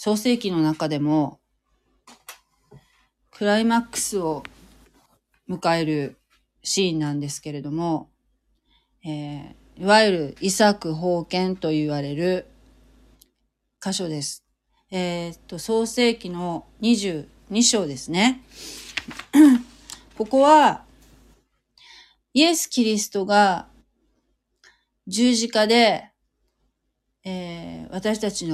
創世記の中でもクライマックスを迎えるシーンなんですけれども、いわゆるイサク封建と言われる箇所です。創世記の22章ですね。ここはイエス・キリストが十字架で、私たち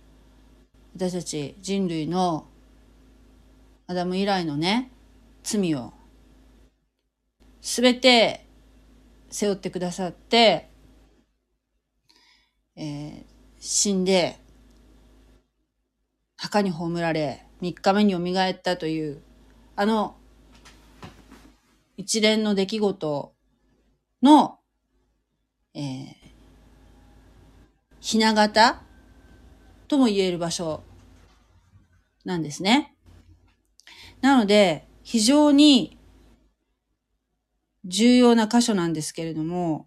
人類のアダム以来のね、罪をすべて背負ってくださって、死んで墓に葬られ3日目によみがえったというあの一連の出来事の、雛形とも言える場所なんですね。なので非常に重要な箇所なんですけれども、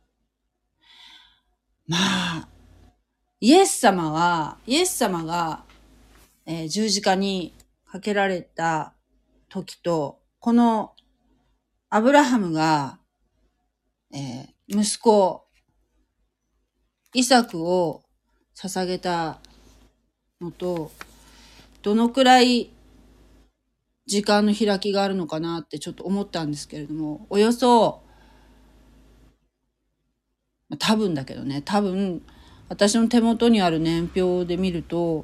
まあイエス様が、十字架にかけられた時と、このアブラハムが、息子イサクを捧げたのと、どのくらい時間の開きがあるのかなってちょっと思ったんですけれども、およそ、多分私の手元にある年表で見ると、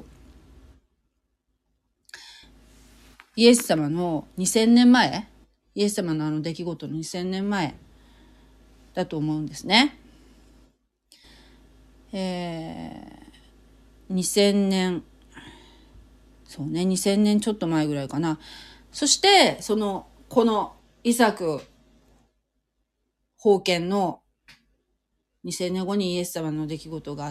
イエス様の2000年前、イエス様のあの出来事の2000年前だと思うんですね。2000年、そうね、2000年ちょっと前ぐらいかな。そして、このイサク封建の2000年後にイエス様の出来事があって、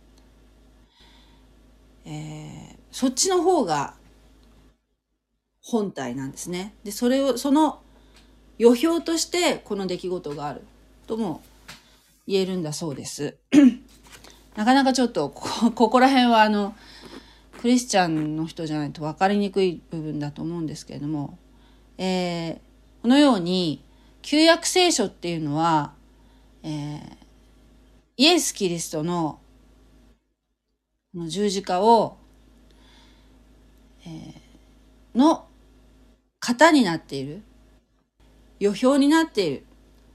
そっちの方が本体なんですね。で、その予表としてこの出来事があるとも言えるんだそうです。なかなかちょっとここら辺はクリスチャンの人じゃないと分かりにくい部分だと思うんですけれども、このように旧約聖書っていうのは、イエス・キリストの十字架を、の型になっている、予表になっている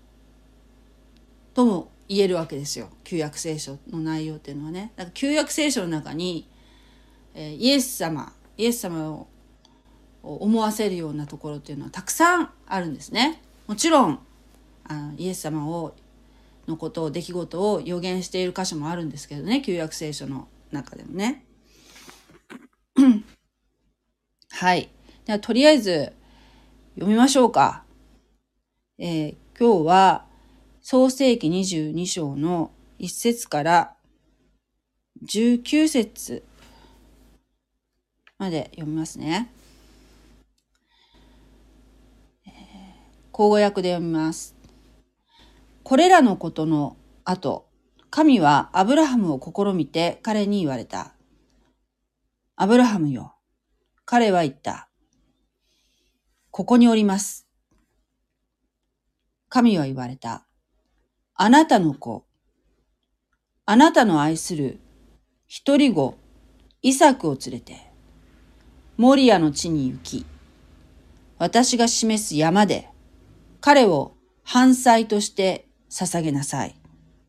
とも言えるわけですよ。旧約聖書の内容っていうのはね。だから旧約聖書の中に、イエス様を思わせるようなところっていうのはたくさんあるんですね。もちろんイエス様のことを出来事を予言している箇所もあるんですけどね、旧約聖書の中でもね。はい。ではとりあえず読みましょうか。今日は創世記22章の1節から19節まで読みますね。口語訳で読みます。これらのことの後、神はアブラハムを試みて彼に言われた。アブラハムよ。彼は言った。ここにおります。神は言われた。あなたの子、あなたの愛する一人子、イサクを連れて、モリアの地に行き、私が示す山で彼を燔祭として捧げなさい。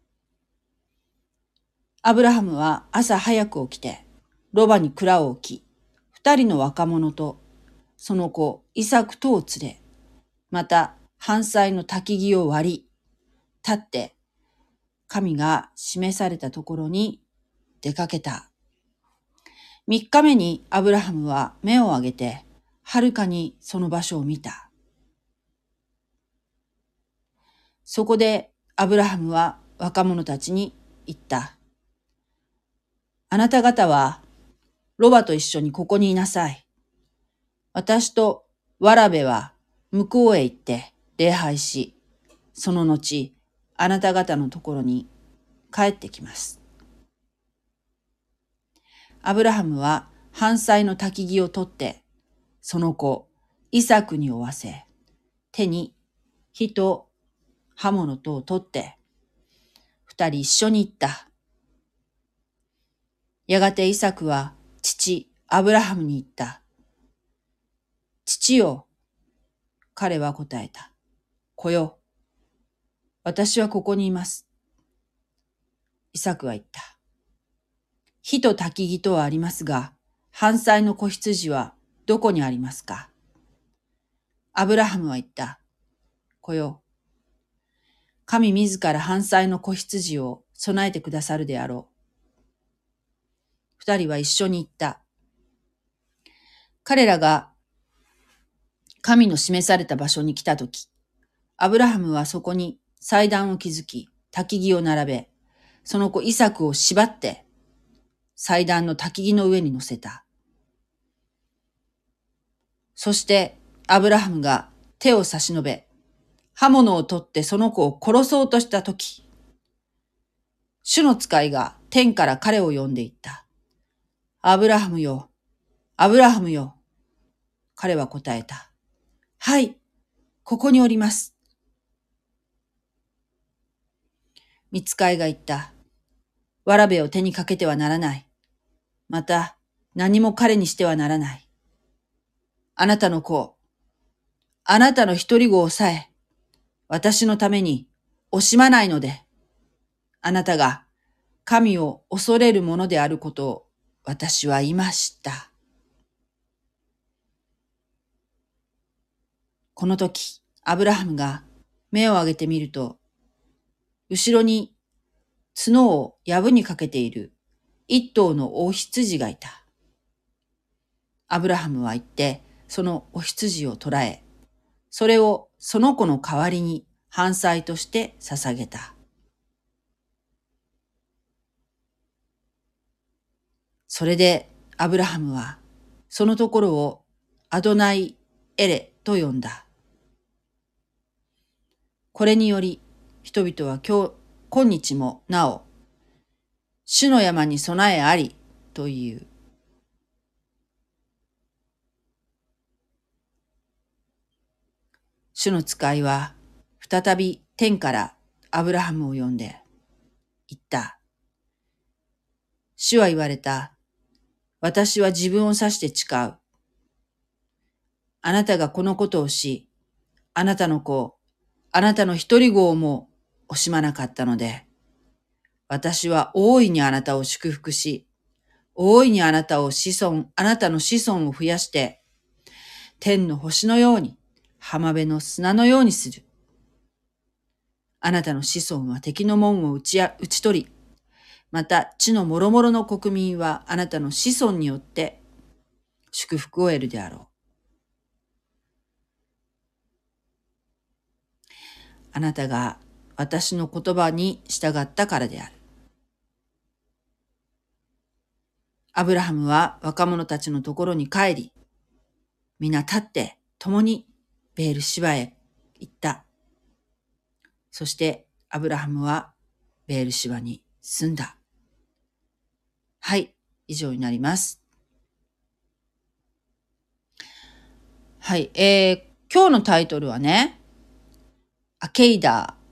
アブラハムは朝早く起きて、ロバに蔵を置き、二人の若者とその子イサクとを連れ、また燔祭の焚き木を割り、立って神が示されたところに出かけた。3日目にアブラハムは目を上げて、はるかにその場所を見た。そこでアブラハムは若者たちに言った。あなた方はロバと一緒にここにいなさい。私とわらべは向こうへ行って礼拝し、その後、あなた方のところに帰ってきます。 アブラハムは燔祭の焚き木を取って、その子、イサクに負わせ、手に火と刃物とを取って、二人一緒に行った。やがてイサクは父アブラハムに言った。父よ、彼は答えた。子よ、私はここにいます。イサクは言った。火と焚き木とはありますが、燔祭の子羊はどこにありますか？アブラハムは言った。子よ、神自ら燔祭の子羊を備えてくださるであろう。二人は一緒に行った。彼らが神の示された場所に来たとき、アブラハムはそこに祭壇を築き、焚き木を並べ、その子イサクを縛って、祭壇の焚き木の上に乗せた。そしてアブラハムが手を差し伸べ、刃物を取ってその子を殺そうとしたとき、主の使いが天から彼を呼んでいった。アブラハムよ、アブラハムよ。彼は答えた。はい、ここにおります。御使いが言った。わらべを手にかけてはならない。また、何も彼にしてはならない。あなたの子、あなたの一人子をさえ、私のために惜しまないので、あなたが神を恐れるものであることを私は今知った。この時、アブラハムが目を上げてみると、後ろに角を藪にかけている一頭のお羊がいた。アブラハムは行って、そのお羊を捕らえ、それをその子の代わりに燔祭として捧げた。それでアブラハムはそのところをアドナイエレと呼んだ。これにより人々は今日もなお、主の山に備えありという。主の使いは再び天からアブラハムを呼んで言った。主は言われた。私は自分を指して誓う。あなたがこのことをし、あなたの子、あなたの一人子をも惜しまなかったので、私は大いにあなたを祝福し、大いにあなたの子孫を増やして、天の星のように、浜辺の砂のようにする。あなたの子孫は敵の門を打ち取り、また地の諸々の国民はあなたの子孫によって祝福を得るであろう。あなたが私の言葉に従ったからである。アブラハムは若者たちのところに帰り、皆立って共にベールシバへ行った。そしてアブラハムはベールシバに住んだ。はい、以上になります。はい、今日のタイトルはね、アケイダー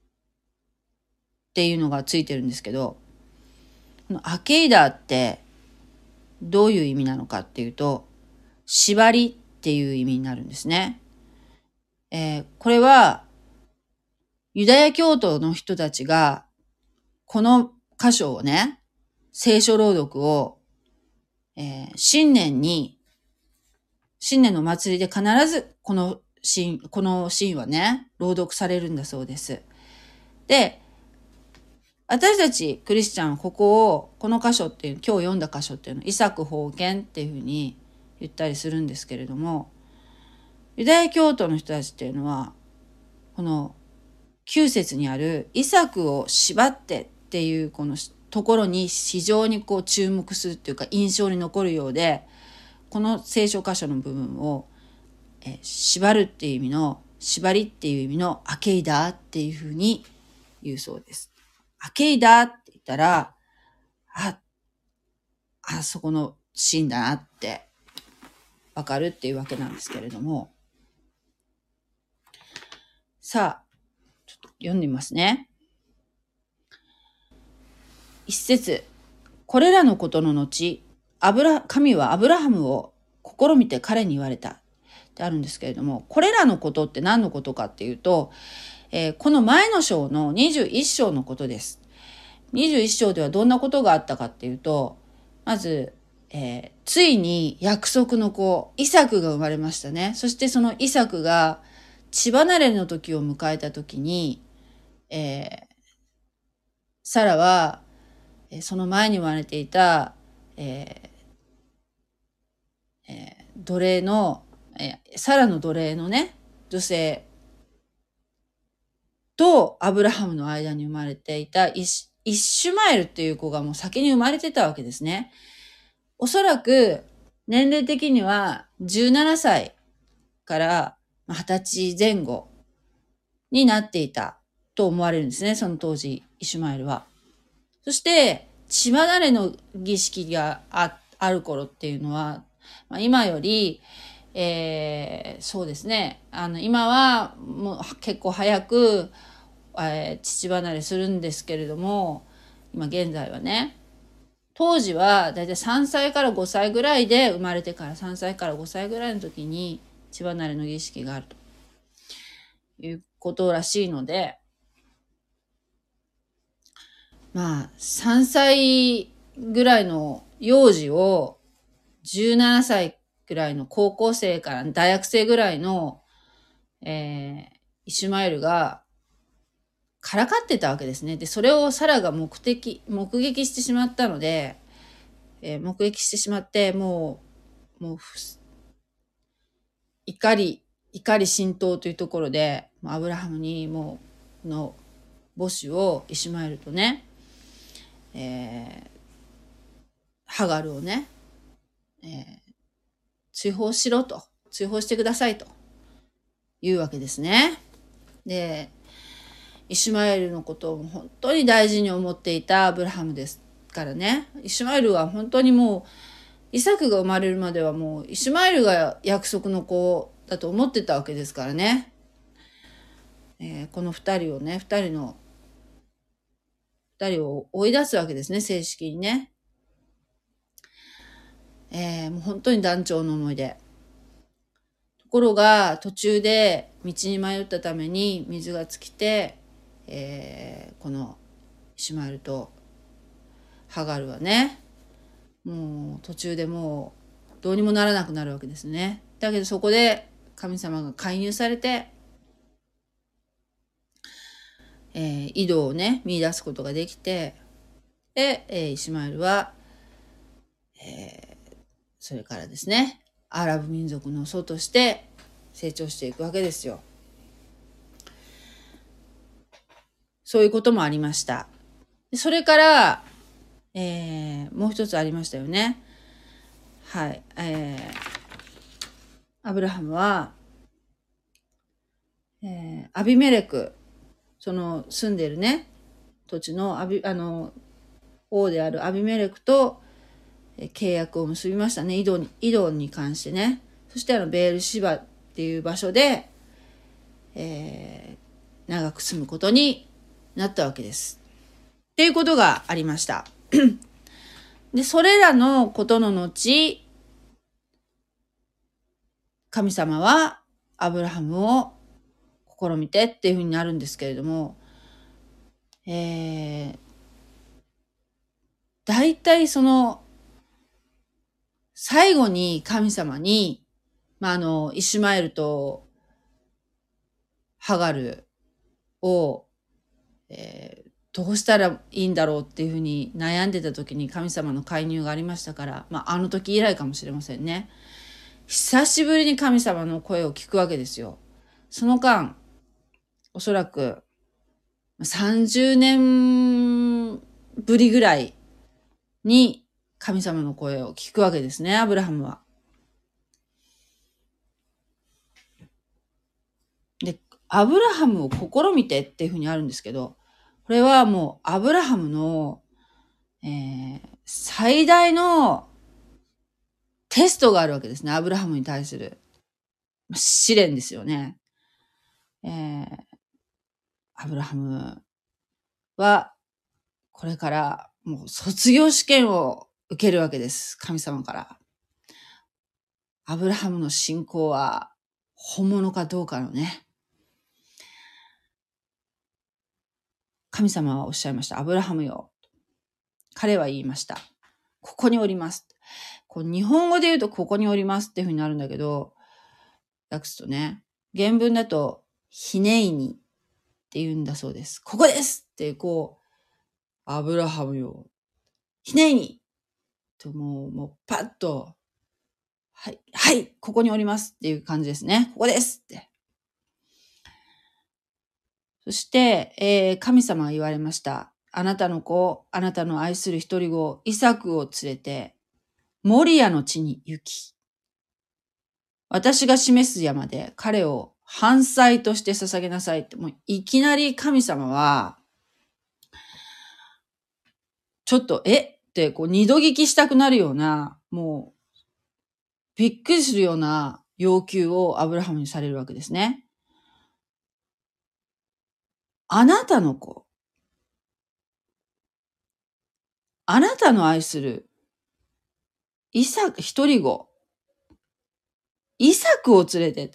っていうのがついてるんですけど、このアケイダーってどういう意味なのかっていうと、縛りっていう意味になるんですね。これはユダヤ教徒の人たちがこの箇所をね、聖書朗読を、新年の祭りで必ずこのシーンはね、朗読されるんだそうです。で、私たちクリスチャンはこの箇所っていう、今日読んだ箇所っていうのは、イサク封建っていうふうに言ったりするんですけれども、ユダヤ教徒の人たちっていうのは、この9節にあるイサクを縛ってっていうこのところに非常に注目するっていうか印象に残るようで、この聖書箇所の部分を、縛るっていう意味の、縛りっていう意味のアケイダーっていうふうに言うそうです。アケイダーって言ったら、 あそこのシーンだなってわかるっていうわけなんですけれども。さあ、ちょっと読んでみますね。一節。これらのことの後、神はアブラハムを試みて彼に言われた。ってあるんですけれども、これらのことって何のことかっていうと、この前の章の21章のことです。21章ではどんなことがあったかっていうと、まず、ついに約束の子、イサクが生まれましたね。そしてそのイサクが血離れの時を迎えた時に、サラは、その前に生まれていた、奴隷の、サラの奴隷のね、女性とアブラハムの間に生まれていたイシュマエルっていう子がもう先に生まれてたわけですね。おそらく年齢的には17歳から20歳前後になっていたと思われるんですね。その当時、イシュマエルは。そして、血離れの儀式がある頃っていうのは、今より、そうですね。今はもう結構早く、乳離れするんですけれども、今現在はね、当時はだいたい3歳から5歳ぐらいで、生まれてから3歳から5歳ぐらいの時に血離れの儀式があるということらしいので、3歳ぐらいの幼児を17歳ぐらいの高校生から大学生ぐらいの、イシュマエルがからかってたわけですね。で、それをサラが目撃してしまったので、目撃してしまって、もう、怒り心頭というところで、アブラハムにの母子をイシュマエルとね、ハガルをね、追放してくださいというわけですね。で、イシュマエルのことを本当に大事に思っていたアブラハムですからね。イシュマエルは本当にもう、イサクが生まれるまではもう、イシュマエルが約束の子だと思ってたわけですからね。この二人を追い出すわけですね、正式にね。もう本当に断腸の思いで。ところが途中で道に迷ったために水が尽きて、このイシュマエルとハガルはね、もう途中でもうどうにもならなくなるわけですね。だけどそこで神様が介入されて、井戸をね、見出すことができて、で、イシュマエルは、それからですね、アラブ民族の祖として成長していくわけですよ。そういうこともありました。それから、もう一つありましたよね。はい。アブラハムは、アビメレク、その住んでるね、土地の王であるアビメレクと契約を結びましたね。井戸に関してね。そしてベールシバっていう場所で、長く住むことになったわけです。っていうことがありました。で、それらのことの後、神様はアブラハムを試みてっていうふうになるんですけれども、大体その、最後に神様に、イシュマエルとハガルを、どうしたらいいんだろうっていうふうに悩んでた時に神様の介入がありましたから、あの時以来かもしれませんね。久しぶりに神様の声を聞くわけですよ。その間、おそらく30年ぶりぐらいに神様の声を聞くわけですね、アブラハムは。で、アブラハムを試みてっていうふうにあるんですけど、これはもうアブラハムの、 最大のテストがあるわけですね。アブラハムに対する試練ですよね。アブラハムはこれからもう卒業試験を受けるわけです。神様から。アブラハムの信仰は本物かどうかのね。神様はおっしゃいました。アブラハムよ。彼は言いました。ここにおります。日本語で言うとここにおりますっていう風になるんだけど、訳すとね、原文だとひねいにって言うんだそうです。ここですってアブラハムよ。ひねいにともうパッと、はい、はい、ここにおりますっていう感じですね。ここですって。そして、神様は言われました。あなたの子、あなたの愛する一人子、イサクを連れて、モリアの地に行き、私が示す山で彼を燔祭として捧げなさいって、もういきなり神様は、ちょっと、って二度聞きしたくなるような、もう、びっくりするような要求をアブラハムにされるわけですね。あなたの子、あなたの愛するイサク、一人子、イサクを連れて、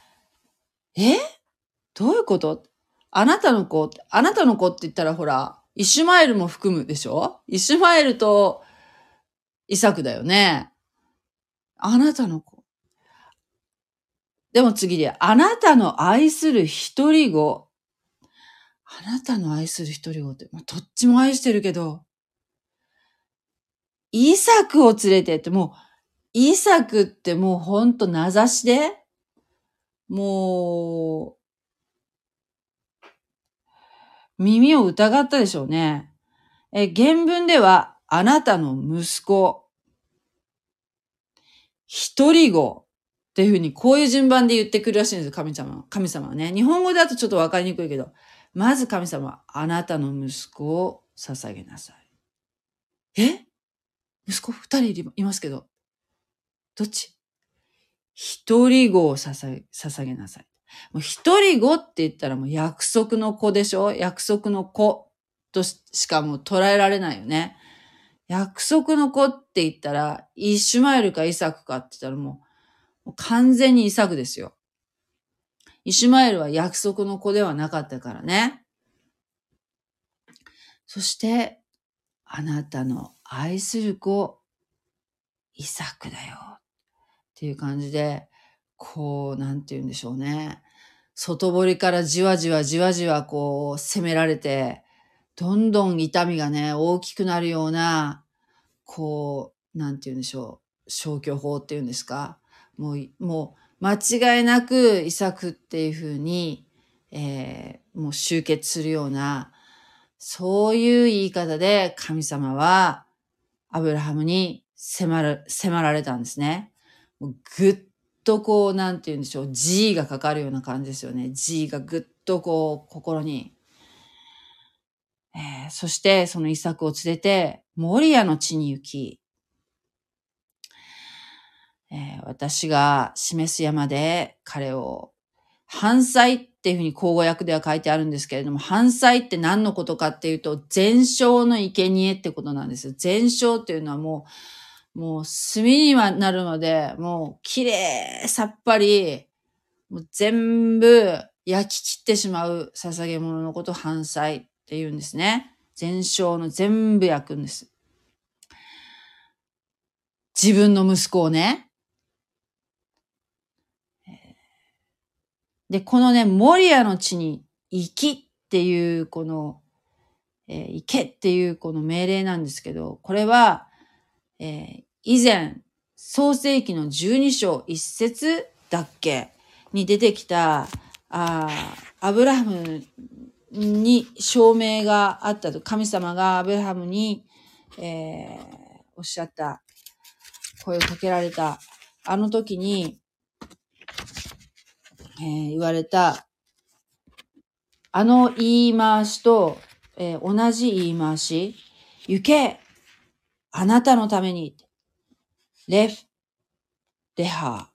どういうこと？あなたの子って言ったらほら、イシュマエルも含むでしょ？イシュマエルとイサクだよね。あなたの子。でも次で、あなたの愛する一人子。あなたの愛する一人子って、どっちも愛してるけど、イサクを連れてって、もう、イサクってもうほんと名指しで、もう、耳を疑ったでしょうね。原文では、あなたの息子、一人子っていうふうにこういう順番で言ってくるらしいんですよ、神様はね。日本語だとちょっとわかりにくいけど、まず神様は、あなたの息子を捧げなさい。息子二人いますけど、どっち？一人子を捧げなさい。もう一人子って言ったらもう約束の子でしょ？約束の子としかもう捉えられないよね。約束の子って言ったら、イシュマエルかイサクかって言ったらもう完全にイサクですよ。イシュマエルは約束の子ではなかったからね。そして、あなたの愛する子、イサクだよ。っていう感じで、なんて言うんでしょうね。外堀からじわじわ攻められて、どんどん痛みがね、大きくなるような、なんて言うんでしょう。消去法っていうんですか。もう、間違いなくイサクっていう風に、もう集結するような、そういう言い方で神様はアブラハムに迫られたんですね。もうぐっとなんて言うんでしょう、G がかかるような感じですよね。G がぐっと心に。そしてそのイサクを連れて、モリアの地に行き、私が示す山で彼を燔祭っていうふうに口語訳では書いてあるんですけれども、燔祭って何のことかっていうと、全焼の生贄ってことなんですよ。全焼っていうのはもう炭にはなるので、もう綺麗さっぱり、もう全部焼き切ってしまう捧げ物のことを燔祭って言うんですね。全焼の全部焼くんです。自分の息子をね。で、このね、モリアの地に行きっていう行けっていうこの命令なんですけど、これは、以前、創世記の12章1節だっけに出てきた、アブラハムに証明があったと、神様がアブラハムに、おっしゃった、声をかけられた、あの時に、言われた、あの言い回しと、同じ言い回し、行け、 あなたのために、レフレハ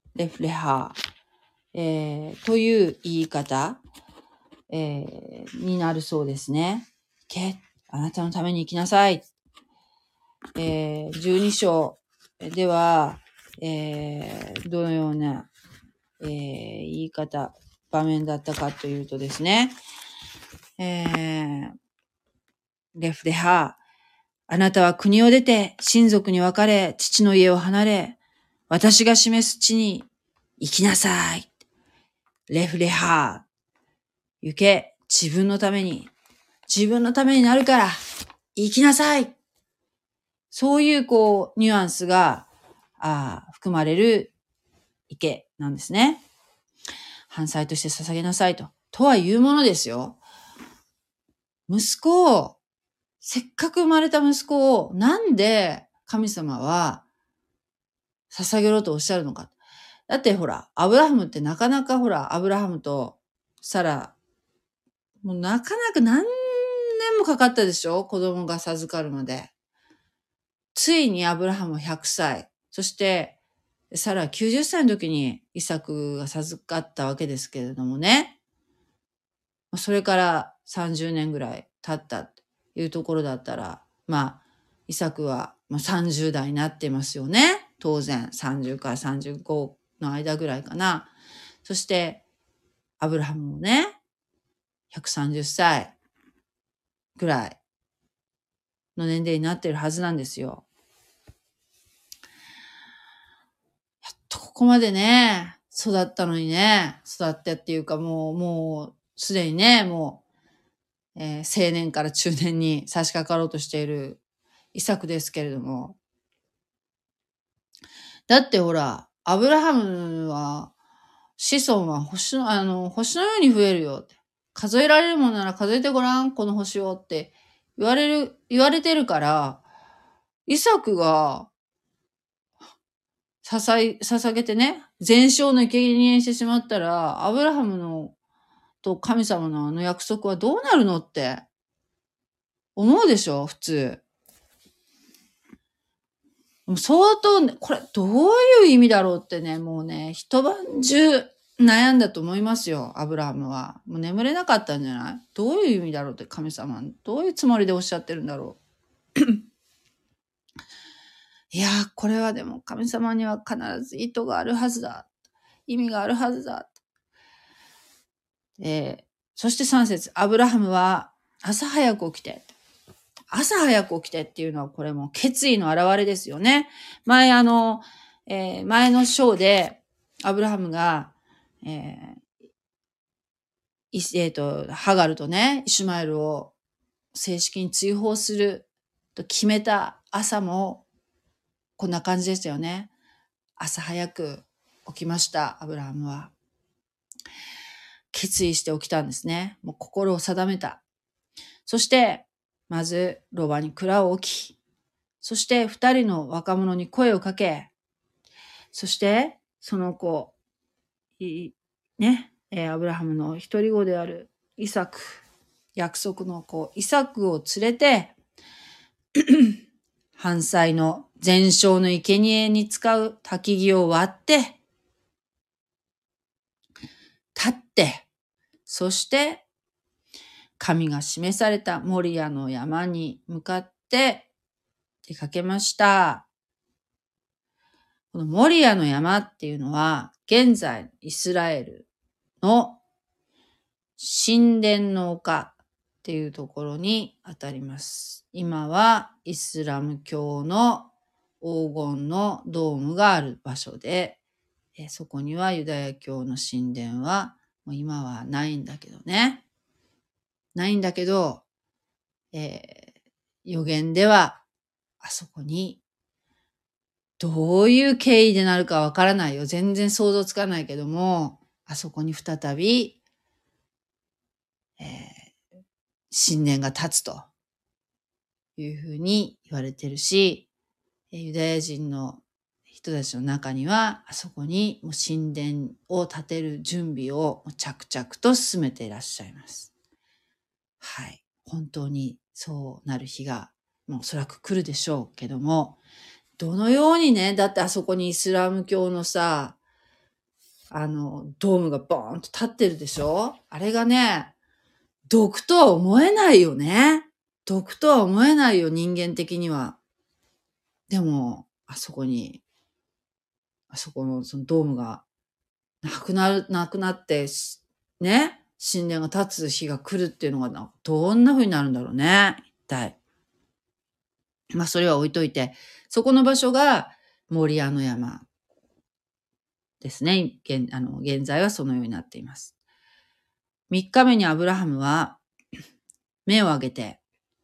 ー、という言い方、になるそうですね。あなたのために生きなさい。12章では、どのような、言い方、場面だったかというとですね、レフレハー、あなたは国を出て親族に別れ、父の家を離れ、私が示す地に行きなさい。レフレハー、行け、自分のためになるから、行きなさい。そういう、ニュアンスが、含まれる行けなんですね。犯罪として捧げなさいと。とはいうものですよ。せっかく生まれた息子を、なんで神様は捧げろとおっしゃるのか。だってほら、アブラハムってなかなかアブラハムとサラ、もうなかなか何年もかかったでしょ？子供が授かるまで。ついにアブラハムは100歳。そして、サラは90歳の時にイサクが授かったわけですけれどもね。それから30年ぐらい経ったというところだったら、イサクは30代になってますよね。当然、30から35の間ぐらいかな。そして、アブラハムもね、130歳ぐらいの年齢になってるはずなんですよ。やっとここまでね、育ったのにね、育ってっていうかもう、すでにね、青年から中年に差し掛かろうとしているイサクですけれども。だってほら、アブラハムは、子孫は星のように増えるよって。数えられるものなら数えてごらん、この星をって言われてるから、イサクが捧げてね、全焼の生贄にしてしまったら、アブラハムのと神様の約束はどうなるのって思うでしょ、普通。相当、これどういう意味だろうってね、もうね、一晩中悩んだと思いますよ、アブラハムは。もう眠れなかったんじゃない？どういう意味だろうって神様、どういうつもりでおっしゃってるんだろう。いやー、これはでも神様には必ず意図があるはずだ。意味があるはずだ。そして3節、アブラハムは朝早く起きてっていうのはこれも決意の表れですよね。前の章でアブラハムが、ハガルとね、イシュマエルを正式に追放すると決めた朝もこんな感じでしたよね。朝早く起きました、アブラハムは。決意して起きたんですね。もう心を定めた。そして、まず、ロバに蔵を置き、そして二人の若者に声をかけ、そして、その子、アブラハムの一人子であるイサク、約束の子、イサクを連れて、燔祭の全焼の生贄に使う焚き木を割って、立って、そして、神が示されたモリアの山に向かって出かけました。このモリアの山っていうのは、現在イスラエルの神殿の丘っていうところにあたります。今はイスラム教の黄金のドームがある場所で、そこにはユダヤ教の神殿はもう今はないんだけどね。ないんだけど、予言ではあそこにどういう経緯でなるかわからないよ。全然想像つかないけども、あそこに再び、神殿が立つというふうに言われてるし、ユダヤ人の人たちの中には、あそこにもう神殿を建てる準備を着々と進めていらっしゃいます。はい。本当にそうなる日がおそらく来るでしょうけども、どのようにね、だってあそこにイスラム教のさ、ドームがボーンと立ってるでしょ？あれがね、毒とは思えないよね。毒とは思えないよ、人間的には。でも、あそこのそのドームがなくなって、ね、神殿が立つ日が来るっていうのがどんな風になるんだろうね、一体。まあ、それは置いといて、そこの場所がモリアの山ですね。現在はそのようになっています。3日目にアブラハムは目を上げて、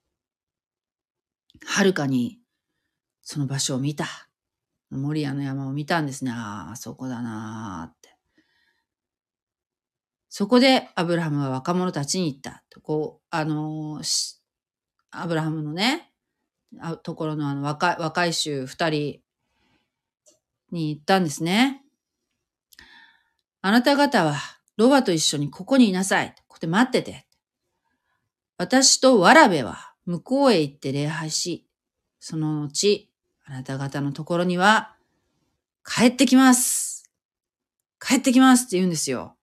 はるかにその場所を見た。モリアの山を見たんですね。ああ、そこだなーって。そこでアブラハムは若者たちに言った。アブラハムのね、ところの若い衆2人に言ったんですね。あなた方はロバと一緒にここにいなさい。ここで待ってて。私とわらべは向こうへ行って礼拝し、その後、あなた方のところには帰ってきます。帰ってきますって言うんですよ。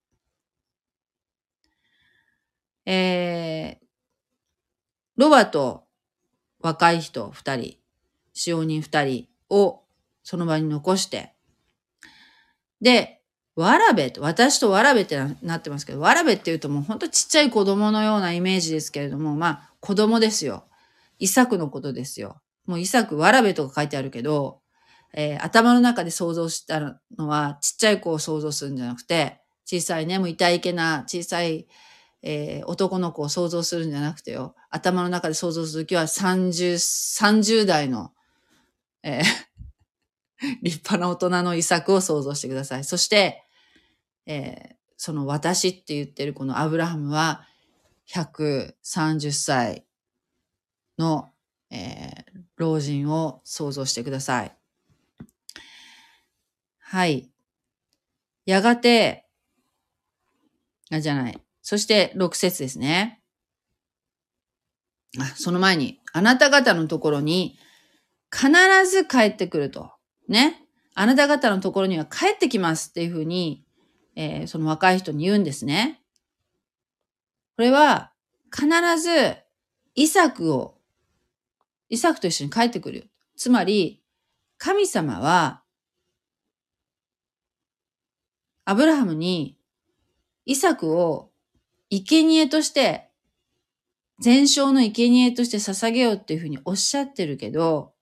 ロバと若い人2人、使用人2人をその場に残して、で、私とわらべってなってますけど、わらべって言うともうほんとちっちゃい子供のようなイメージですけれども、まあ子供ですよ。イサクのことですよ。もうイサク、わらべとか書いてあるけど、頭の中で想像したのはちっちゃい子を想像するんじゃなくて、小さいね、もういたいけな小さい、男の子を想像するんじゃなくてよ。頭の中で想像するときは30代の、立派な大人のイサクを想像してください。そして、その私って言ってるこのアブラハムは130歳の、老人を想像してください。はい。やがて、そして6節ですね。その前に、あなた方のところに必ず帰ってくると。ね。あなた方のところには帰ってきますっていうふうに、その若い人に言うんですね。これは必ずイサクと一緒に帰ってくる。つまり、神様はアブラハムにイサクを生贄として、全焼の生贄として捧げようっていうふうにおっしゃってるけど、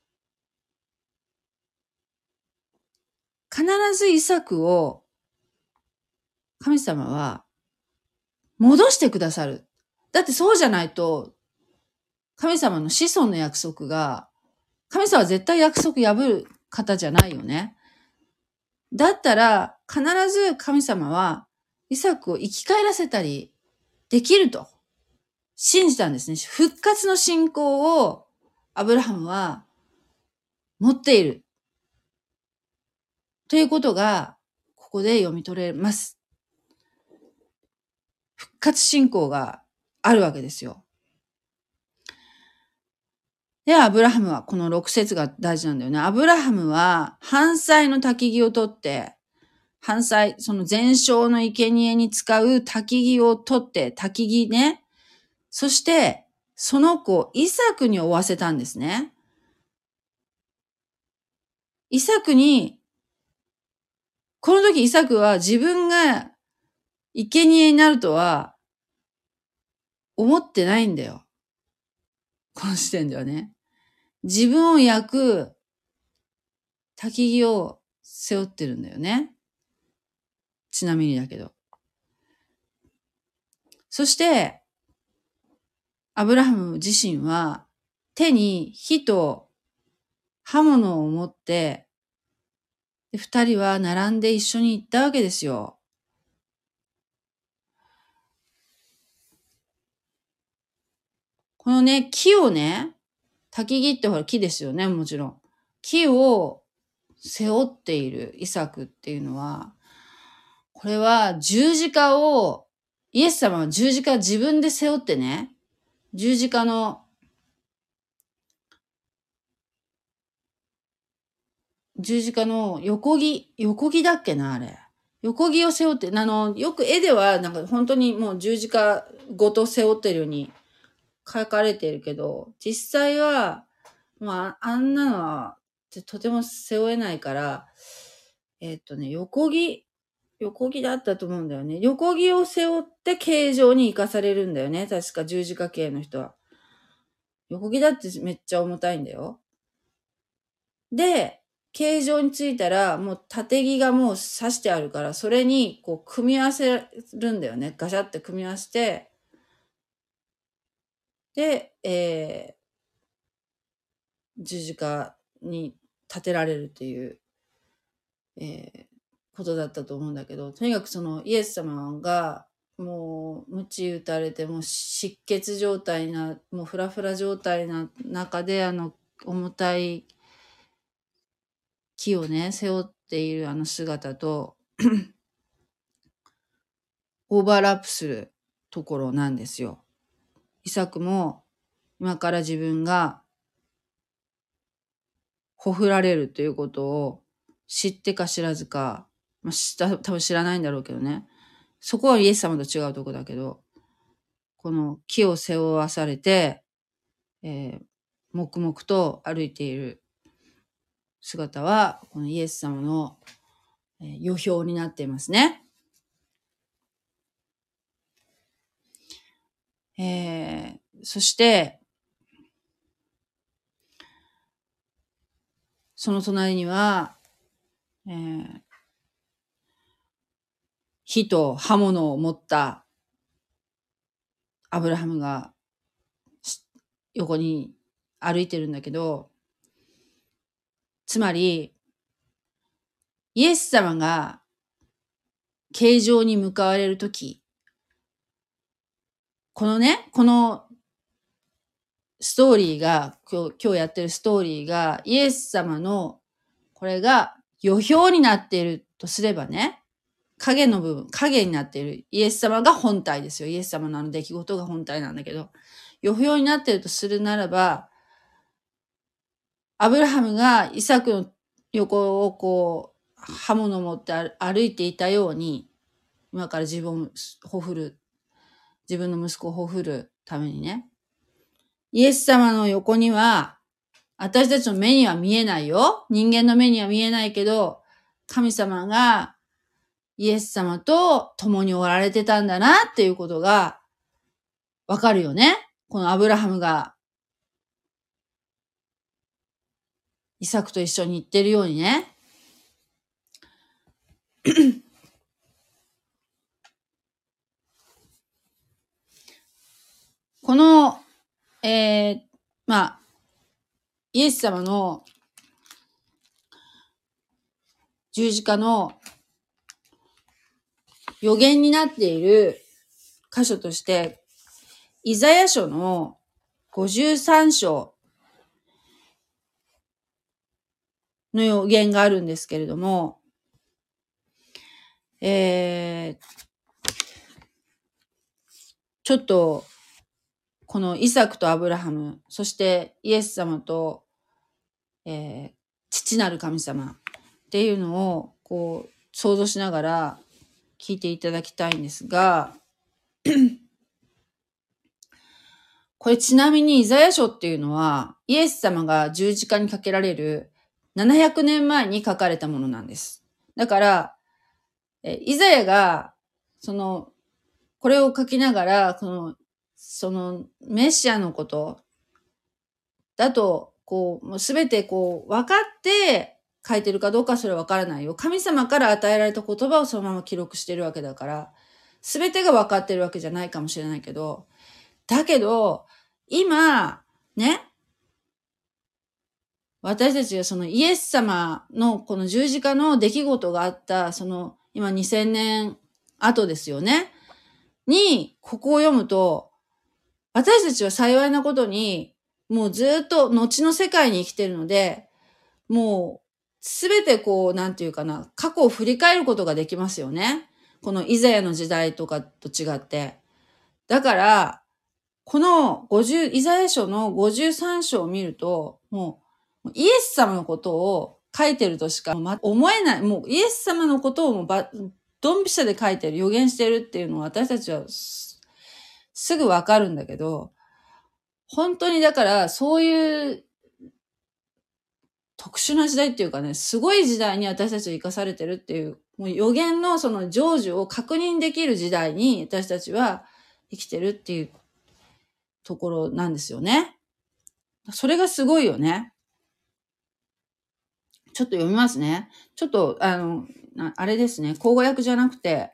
必ずイサクを神様は戻してくださる。だってそうじゃないと、神様の子孫の約束が、神様は絶対約束破る方じゃないよね。だったら、必ず神様はイサクを生き返らせたりできると信じたんですね。復活の信仰をアブラハムは持っている。ということが、ここで読み取れます。復活信仰があるわけですよ。で、アブラハムは、この6節が大事なんだよね。アブラハムは、燔祭の焚き木を取って、燔祭、その全焼の生贄に使う焚き木を取って、焚き木ね。そして、その子、イサクに追わせたんですね。イサクに、この時イサクは自分が生贄になるとは思ってないんだよ。この時点ではね。自分を焼く焚き木を背負ってるんだよね。ちなみにだけど。そして、アブラハム自身は手に火と刃物を持って、二人は並んで一緒に行ったわけですよ。このね、木をね、焚き木ってほら木ですよね、もちろん。木を背負っているイサクっていうのは、これはイエス様は十字架を自分で背負ってね、十字架の十字架の横木だっけな、あれ。横木を背負って、よく絵ではなんか本当にもう十字架ごと背負ってるように書かれているけど、実際は、まあ、あんなのはとても背負えないから、横木だったと思うんだよね。横木を背負って形状に生かされるんだよね。確か十字架系の人は。横木だってめっちゃ重たいんだよ。で、形状についたら、もう縦木がもう刺してあるから、それにこう組み合わせるんだよね。ガシャって組み合わせて、で、十字架に立てられるっていう、ことだったと思うんだけど、とにかくそのイエス様がもう鞭打たれて、もう失血状態な、もうフラフラ状態な中で、重たい木をね、背負っている姿と、オーバーラップするところなんですよ。イサクも今から自分がほふられるということを知ってか知らずか、まあ、多分知らないんだろうけどね。そこはイエス様と違うとこだけど、この木を背負わされて、黙々と歩いている姿は、このイエス様の、予表になっていますね。そして、その隣には、火と刃物を持ったアブラハムが横に歩いてるんだけど、つまり、イエス様が形状に向かわれるとき、このストーリーが、今日やってるストーリーが、イエス様の、これが予表になっているとすればね、影の部分、影になっているイエス様が本体ですよ。イエス様の出来事が本体なんだけど、予表になっているとするならば、アブラハムがイサクの横をこう、刃物を持って歩いていたように、今から自分の息子をほふるためにね、イエス様の横には、私たちの目には見えないよ。人間の目には見えないけど、神様がイエス様と共におられてたんだなっていうことがわかるよね。このアブラハムがイサクと一緒に行ってるようにね。この、イエス様の十字架の予言になっている箇所として、イザヤ書の53章の予言があるんですけれども、ちょっと、このイサクとアブラハム、そしてイエス様と、父なる神様っていうのを、こう、想像しながら聞いていただきたいんですが、これちなみにイザヤ書っていうのは、イエス様が十字架にかけられる700年前に書かれたものなんです。だから、イザヤが、これを書きながら、そのメシアのことだと、こう、もうすべてこう、分かって書いてるかどうかそれは分からないよ。神様から与えられた言葉をそのまま記録してるわけだから、すべてが分かってるわけじゃないかもしれないけど、だけど、今、ね、私たちがそのイエス様のこの十字架の出来事があった、今2000年後ですよね。に、ここを読むと、私たちは幸いなことに、もうずっと後の世界に生きてるので、もうすべてこう、なんていうかな、過去を振り返ることができますよね。このイザヤの時代とかと違って。だから、このイザヤ書の53章を見ると、もうイエス様のことを書いてるとしか思えない。もうイエス様のことをドンピシャで書いてる、予言してるっていうのを私たちはすぐわかるんだけど、本当にだからそういう特殊な時代っていうかね、すごい時代に私たちは生かされてるっていう、もう予言のその成就を確認できる時代に私たちは生きてるっていうところなんですよね。それがすごいよね。ちょっと読みますね。ちょっと、あれですね。口語訳じゃなくて、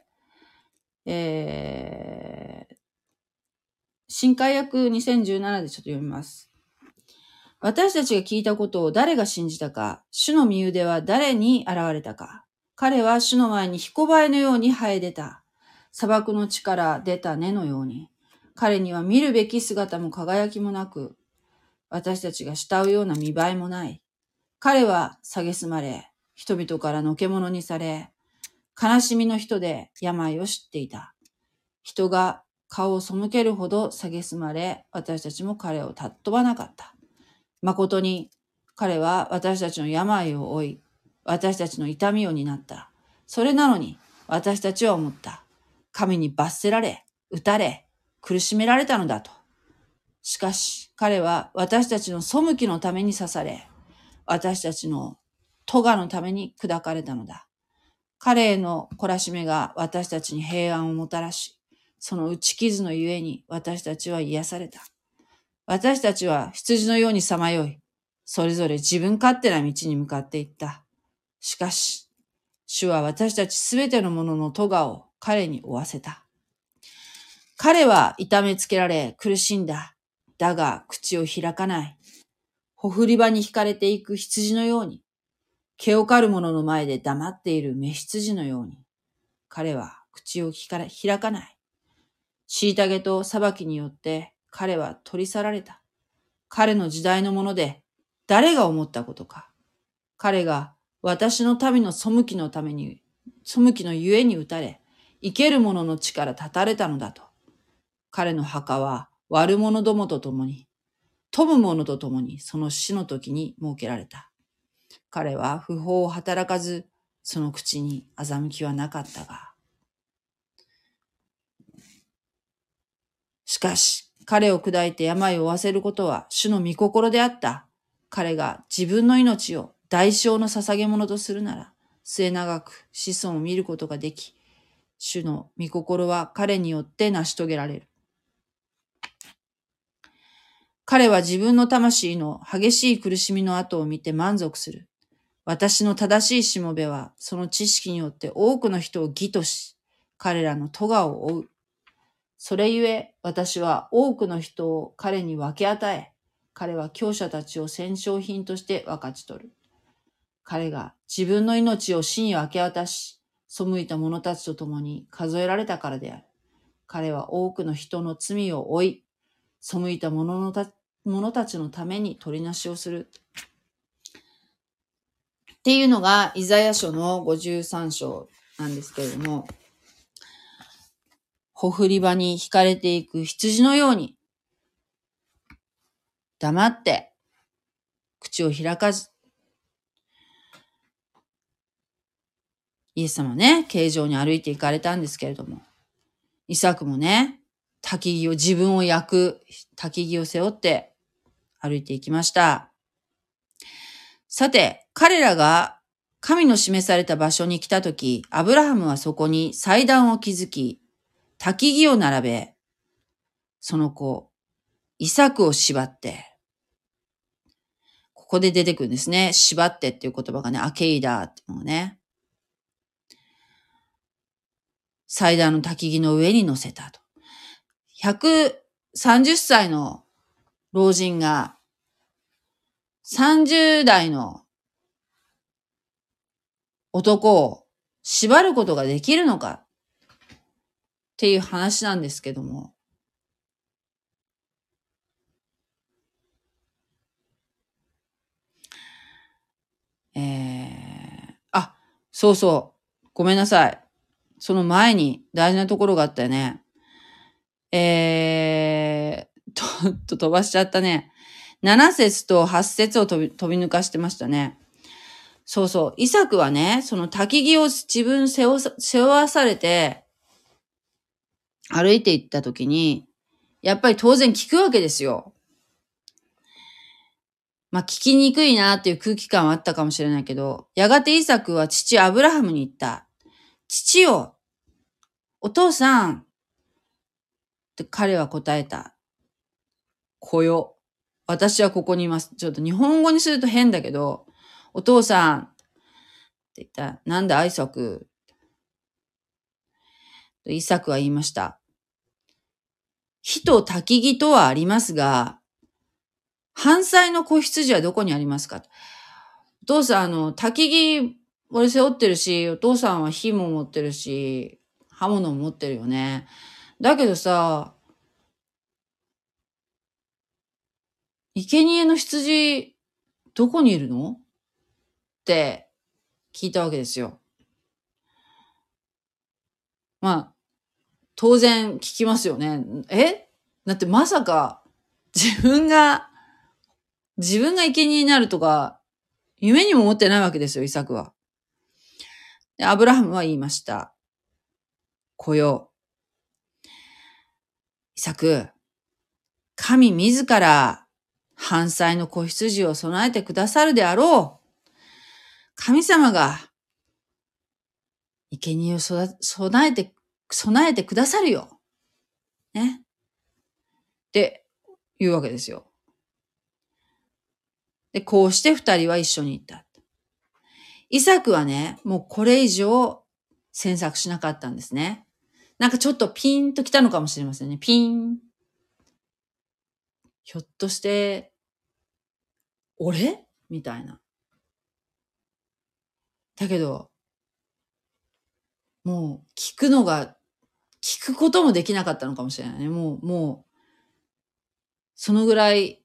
新海訳2017でちょっと読みます。私たちが聞いたことを誰が信じたか、主の身腕は誰に現れたか。彼は主の前に彦バエのように生え出た。砂漠の地から出た根のように。彼には見るべき姿も輝きもなく、私たちが慕うような見栄えもない。彼は蔑まれ、人々からのけ者にされ、悲しみの人で病を知っていた。人が顔を背けるほど蔑まれ、私たちも彼を尊ばなかった。誠に彼は私たちの病を負い、私たちの痛みを担った。それなのに私たちは思った。神に罰せられ、打たれ、苦しめられたのだと。しかし彼は私たちの背きのために刺され、私たちの咎のために砕かれたのだ。彼への懲らしめが私たちに平安をもたらし、その打ち傷のゆえに私たちは癒された。私たちは羊のようにさまよい、それぞれ自分勝手な道に向かっていった。しかし、主は私たちすべてのものの咎を彼に負わせた。彼は痛めつけられ苦しんだ。だが口を開かない。ほふり場に惹かれていく羊のように、毛を刈る者の前で黙っている雌羊のように、彼は口を開かない。虐げと裁きによって彼は取り去られた。彼の時代のもので誰が思ったことか。彼が私の民の背きのために、背きのゆえに打たれ、生ける者の地から立たれたのだと。彼の墓は悪者どもと共に、富む者と共にその死の時に設けられた。彼は不法を働かず、その口に欺きはなかったが。しかし、彼を砕いて病を負わせることは主の御心であった。彼が自分の命を代償の捧げ物とするなら、末永く子孫を見ることができ、主の御心は彼によって成し遂げられる。彼は自分の魂の激しい苦しみの後を見て満足する。私の正しいしもべは、その知識によって多くの人を義とし、彼らの咎を負う。それゆえ、私は多くの人を彼に分け与え、彼は強者たちを戦勝品として分かち取る。彼が自分の命を死に分け渡し、背いた者たちと共に数えられたからである。彼は多くの人の罪を負い、背いた者たちのために取りなしをする。っていうのが、イザヤ書の53章なんですけれども、ほふり場に惹かれていく羊のように、黙って、口を開かず、イエス様ね、形状に歩いて行かれたんですけれども、イサクもね、自分を焼く焚き木を背負って歩いていきました。さて、彼らが神の示された場所に来たとき、アブラハムはそこに祭壇を築き、焚き木を並べ、その子、イサクを縛って、ここで出てくるんですね。縛ってっていう言葉がね、アケイダーっていうのがね。祭壇の焚き木の上に乗せたと。130歳の老人が30代の男を縛ることができるのかっていう話なんですけども。そうそう。ごめんなさい。その前に大事なところがあったよね。飛ばしちゃったね。7節と8節を飛び抜かしてましたね。 そうそう。イサクはね、その焚き木を自分背負わされて歩いていった時に、やっぱり当然聞くわけですよ。まあ聞きにくいなっていう空気感はあったかもしれないけど、やがてイサクは父アブラハムに言った。父よ、お父さんって彼は答えた。子よ。私はここにいます。ちょっと日本語にすると変だけど、お父さんって言ったら、なんだイサク。イサクは言いました。火と焚き木とはありますが、反対の子羊はどこにありますか？お父さん、焚き木、俺背負ってるし、お父さんは火も持ってるし、刃物も持ってるよね。だけどさ、生贄の羊、どこにいるのって聞いたわけですよ。まあ、当然聞きますよね。だってまさか、自分が生贄になるとか、夢にも思ってないわけですよ、イサクは。で、アブラハムは言いました。子よ。イサク、神自ら反対の子羊を備えてくださるであろう。神様が生贄を備えてくださるよ。ね。って言うわけですよ。で、こうして二人は一緒に行った。イサクはね、もうこれ以上詮索しなかったんですね。なんかちょっとピンと来たのかもしれませんね。ピン。ひょっとして、俺みたいな。だけど、もう聞くこともできなかったのかもしれないね。もう、そのぐらい、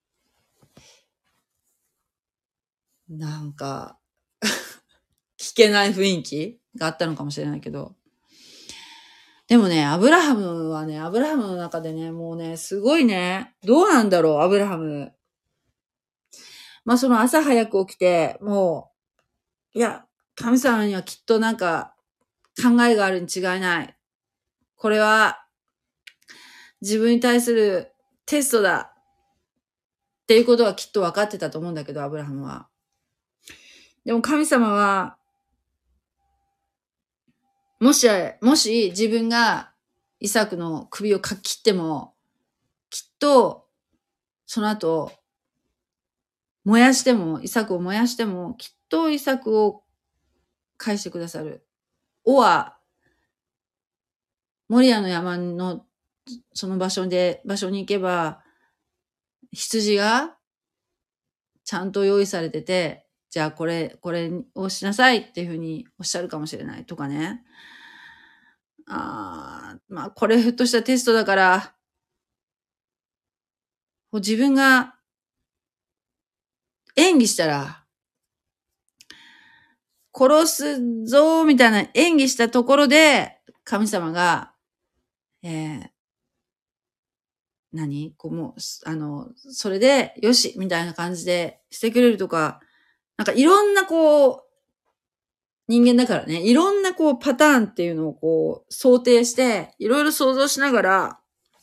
なんか、聞けない雰囲気があったのかもしれないけど。でもね、アブラハムの中でね、もうね、すごいね、どうなんだろう、アブラハム。まあ、その朝早く起きて、もう、いや、神様にはきっとなんか考えがあるに違いない。これは自分に対するテストだっていうことはきっと分かってたと思うんだけど、アブラハムは。でも神様は、もし自分がイサクの首をかっ切っても、きっとその後、イサクを燃やしても、きっとイサクを返してくださる。は、モリアの山のその場所に行けば、羊がちゃんと用意されてて、じゃあこれをしなさいっていうふうにおっしゃるかもしれないとかね。まあこれひょっとしたテストだから、自分が演技したら、殺すぞみたいな演技したところで、神様が、もう、それで、よしみたいな感じでしてくれるとか、なんかいろんな人間だからね、いろんなパターンっていうのを想定して、いろいろ想像しながら、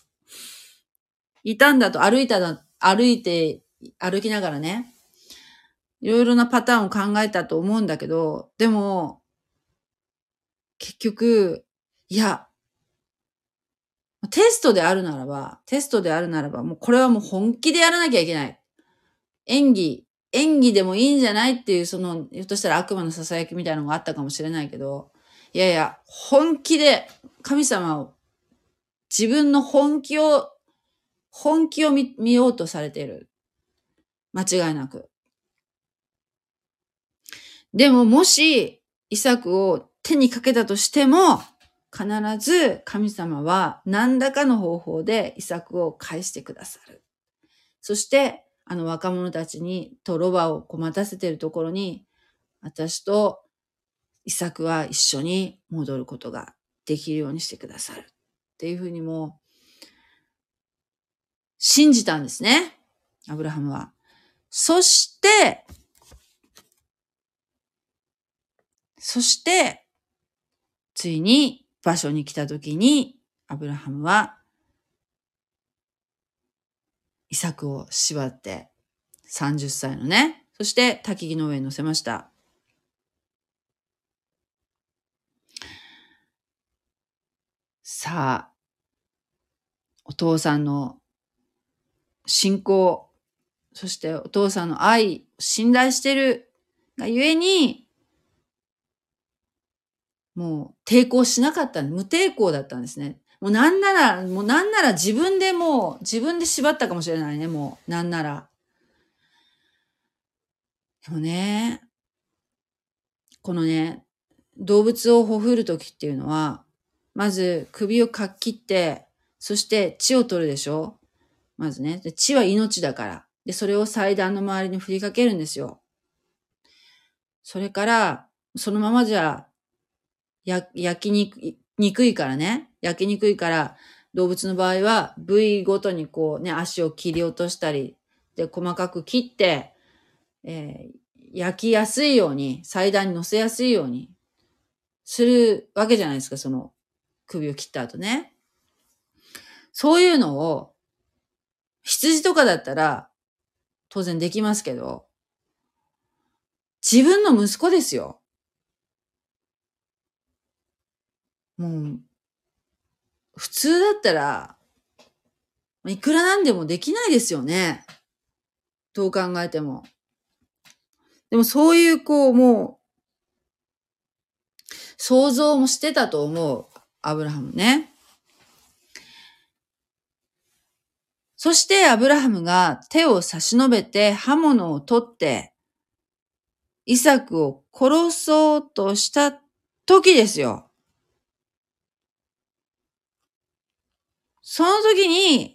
歩きながらね、いろいろなパターンを考えたと思うんだけど、でも、結局、いや、テストであるならば、もうこれはもう本気でやらなきゃいけない。演技でもいいんじゃないっていう、ひょっとしたら悪魔の囁きみたいなのがあったかもしれないけど、いやいや、本気で神様を、自分の本気を見ようとされている。間違いなく。でももし、イサクを手にかけたとしても、必ず神様は何らかの方法でイサクを返してくださる。そして、若者たちとロバを待たせているところに、私とイサクは一緒に戻ることができるようにしてくださる。っていうふうにも信じたんですね。アブラハムは。そして、 そして、ついに場所に来た時に、アブラハムは、イサクを縛って、30歳のね、そして焚き木の上に乗せました。さあ、お父さんの信仰、そしてお父さんの愛、信頼してるがゆえに、もう抵抗しなかった無抵抗だったんですね。もうなんなら自分で縛ったかもしれないね、もう。なんなら。でもね、このね、動物をほふるときっていうのは、まず首をかっ切って、そして血を取るでしょ。まずね。で血は命だから。で、それを祭壇の周りに振りかけるんですよ。それから、そのままじゃ、焼きにくいからね。焼きにくいから、動物の場合は部位ごとにこうね、足を切り落としたり、で、細かく切って、焼きやすいように、祭壇に乗せやすいようにするわけじゃないですか、その首を切った後ね。そういうのを、羊とかだったら当然できますけど、自分の息子ですよ。もう、普通だったら、いくらなんでもできないですよね。どう考えても。でもそういうもう、想像もしてたと思う。アブラハムね。そしてアブラハムが手を差し伸べて刃物を取って、イサクを殺そうとした時ですよ。その時に、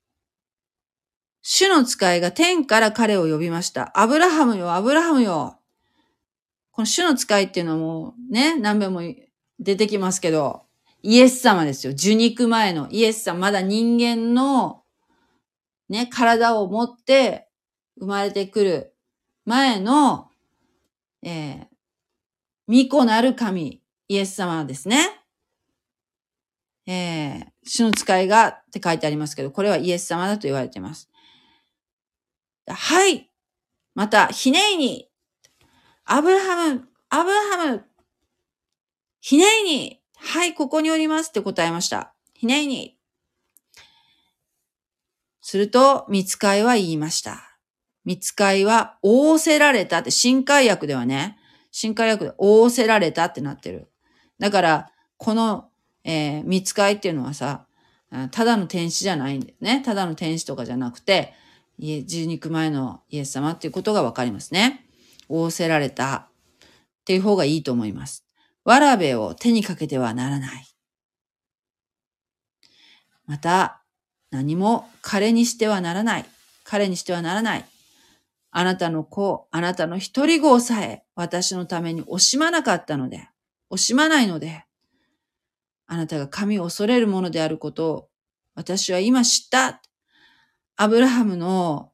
主の使いが天から彼を呼びました。アブラハムよ、アブラハムよ。この主の使いっていうのもね、何遍も出てきますけど、イエス様ですよ。受肉前のイエス様、まだ人間のね、体を持って生まれてくる前の、御子なる神、イエス様ですね。主の使いがって書いてありますけど、これはイエス様だと言われています。はい。また、ひねいに、アブラハム、ひねいに、はい、ここにおりますって答えました。ひねいに。すると、御使いは言いました。御使いは仰せられたって、新海訳ではね、新海訳で仰せられたってなってる。だから、この、御使いっていうのはさ、ただの天使じゃないんだよね。ただの天使とかじゃなくて、受肉前のイエス様っていうことがわかりますね。仰せられたっていう方がいいと思います。わらべを手にかけてはならない。また、何も彼にしてはならない。彼にしてはならない。あなたの子、あなたの一人子さえ私のために惜しまなかったので、惜しまないので、あなたが神を恐れるものであることを私は今知った。アブラハムの、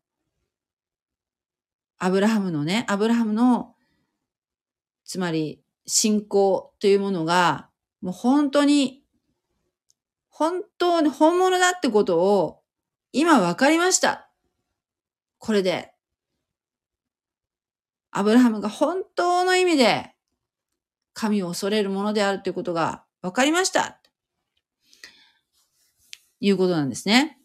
つまり信仰というものが、もう本当に本物だってことを今分かりました。これで。アブラハムが本当の意味で神を恐れるものであるということが分かりました。いうことなんですね。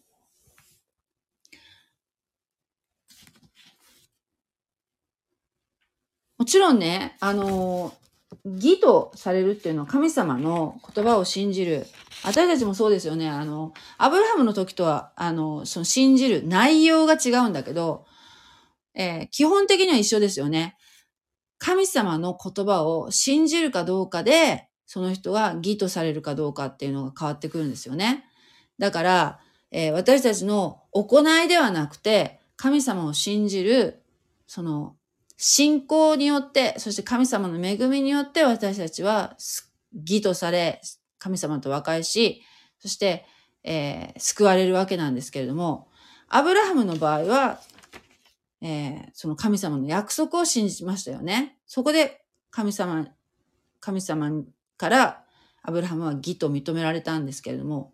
もちろんね、義とされるっていうのは神様の言葉を信じる。私たちもそうですよね。アブラハムの時とは、その信じる内容が違うんだけど、基本的には一緒ですよね。神様の言葉を信じるかどうかで、その人が義とされるかどうかっていうのが変わってくるんですよね。だから、私たちの行いではなくて、神様を信じる、その、信仰によって、そして神様の恵みによって私たちは義とされ、神様と和解し、そして、救われるわけなんですけれども、アブラハムの場合は、その神様の約束を信じましたよね。そこで神様神様からアブラハムは義と認められたんですけれども、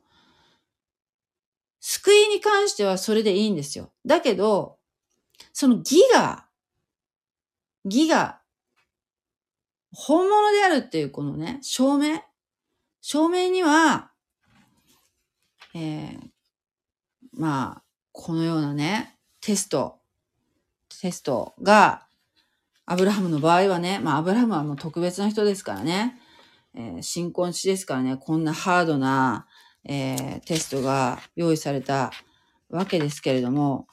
救いに関してはそれでいいんですよ。だけど、その義が本物であるっていうこのね、証明には、まあ、このようなね、テストが、アブラハムの場合はね、まあアブラハムはもう特別な人ですからね、信仰の地ですからね、こんなハードな、テストが用意されたわけですけれども、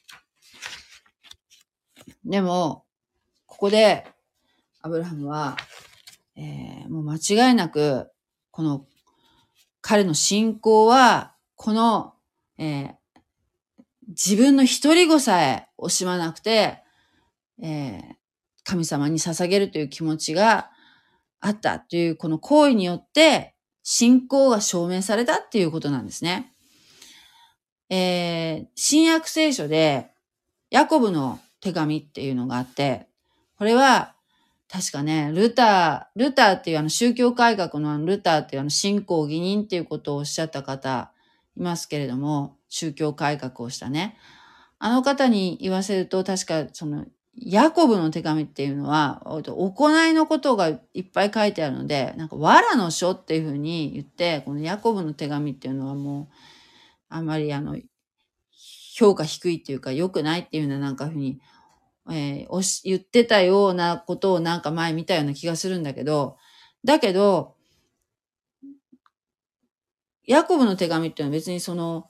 でも、ここで、アブラハムは、もう間違いなく、この、彼の信仰は、この、自分の一人子さえ惜しまなくて、神様に捧げるという気持ちがあったという、この行為によって、信仰が証明されたっていうことなんですね。新約聖書で、ヤコブの手紙っていうのがあって、これは、確かね、ルターっていう宗教改革のルターっていう信仰義人っていうことをおっしゃった方いますけれども、宗教改革をしたね。あの方に言わせると、確かその、ヤコブの手紙っていうのは、行いのことがいっぱい書いてあるので、なんか、藁の書っていうふうに言って、このヤコブの手紙っていうのはもう、あんまり評価低いっていうか、良くないっていうようななんかふうに、言ってたようなことをなんか前見たような気がするんだけど、ヤコブの手紙っていうのは別にその、